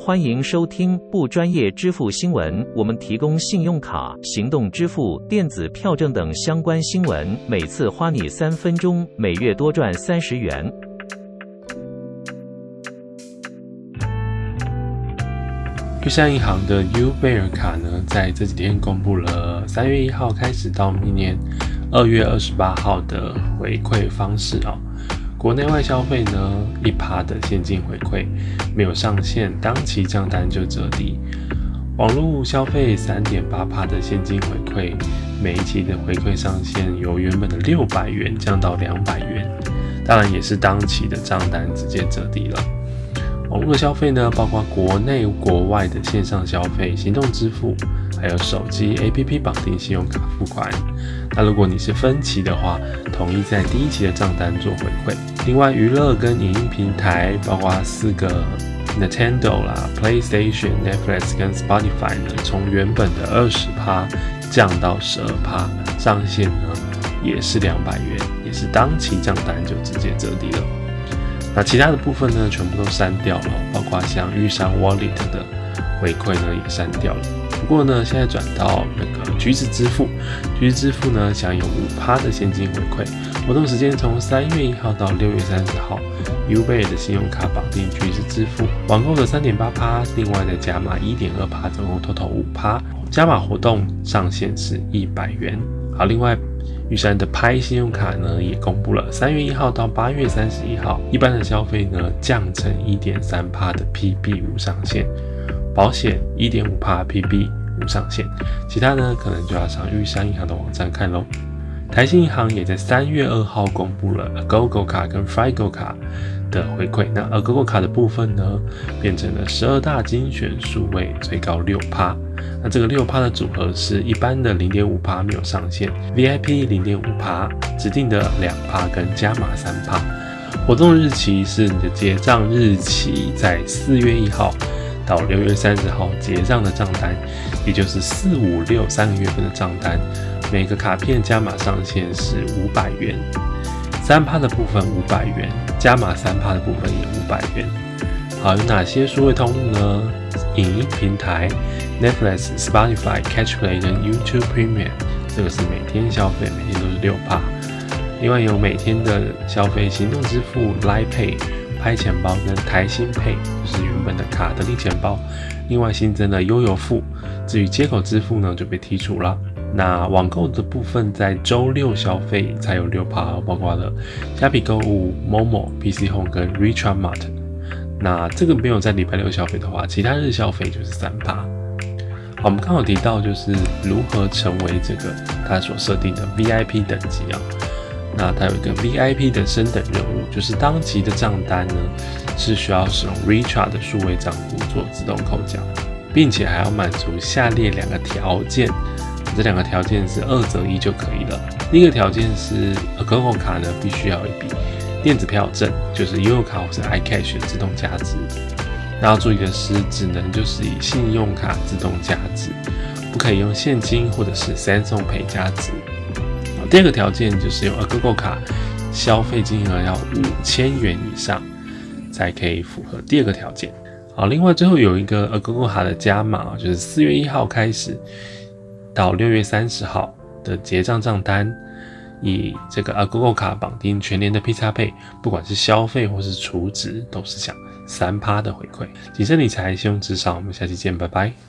欢迎收听不专业支付新闻，我们提供信用卡、行动支付、电子票证等相关新闻，每次花你3分钟，每月多赚30元。 玉山银行的 U-Bear 卡呢，在这几天公布了3月1号开始到明年2月28号的回馈方式哦。国内外消费呢，1%的现金回馈，没有上限，当期账单就折抵。网络消费3.8%的现金回馈，每一期的回馈上限由原本的600元降到200元，当然也是当期的账单直接折抵了。网络的消费呢，包括国内国外的线上消费、行动支付，还有手机 APP 绑定信用卡付款。那如果你是分期的话，统一在第一期的账单做回馈。另外，娱乐跟影音平台，包括4个 Nintendo 啦、PlayStation、Netflix 跟 Spotify 呢，从原本的20%降到12%，上限呢也是200元，也是当期账单就直接折抵了。那其他的部分呢，全部都删掉了，包括像玉山 Wallet 的回馈呢也删掉了。不过呢，现在转到那个橘子支付，橘子支付呢享有5%的现金回馈，活动时间从3月1号到6月30号。U-Bear 的信用卡绑定橘子支付，网购的3.8%，另外再加码1.2%，总共 total 5%。加码活动上限是100元。好，另外玉山的拍信用卡呢也公布了3月1号到8月31号，一般的消费呢降成 1.3% 的 PB 无上限，保险 1.5% PB 无上限，其他呢可能就要上玉山银行的网站看咯。台新银行也在3月2号公布了 Agogo 卡跟 Frigo 卡的回馈，那 Agogo 卡的部分呢变成了12大精选数位，最高 6%。那这个 6% 的组合是一般的 0.5% 没有上限， VIP 0.5%， 指定的 2% 跟加码 3%。 活动日期是你的结账日期在4月1号到6月30号结账的账单，也就是4、5、6 3个月份的账单，每个卡片加码上限是500元，3% 的部分500元，加码 3% 的部分也500元。好，有哪些数位通路呢？影音平台 Netflix、Spotify、Catchplay 跟 YouTube Premium， 这个是每天消费，每天都是 6%。 另外有每天的消费行动支付 Line Pay、拍钱包跟台新 Pay， 就是原本的卡得力钱包，另外新增了悠游付。至于接口支付呢就被剔除了。那网购的部分在周六消费才有 6%， 包括了虾皮购物、Momo、PC Home 跟 Richard Mart。那这个没有在礼拜六消费的话，其他日消费就是 3%。 好，我们刚好提到就是如何成为这个它所设定的 VIP 等级啊。那它有一个 VIP 的升等任务，就是当期的账单呢是需要使用 Richard 的数位账户做自动扣缴，并且还要满足下列2个条件。这2个条件是2择1就可以了。第一个条件是 Agogo 卡呢必须要有一笔电子票证，就是悠游卡或是 iCash 自动加值。那要注意的是，只能就是以信用卡自动加值，不可以用现金或者是 Samsung Pay 加值。第二个条件就是用 Agogo 卡消费金额要5000元以上，才可以符合第二个条件。好，另外最后有一个 Agogo 卡的加码，就是4月1号开始到6月30号的结账账单，以这个 Agogo 卡绑定全年的 Pizza Pay， 不管是消费或是储值，都是享3%的回馈。谨慎理财，信用至上，我们下期见，拜拜。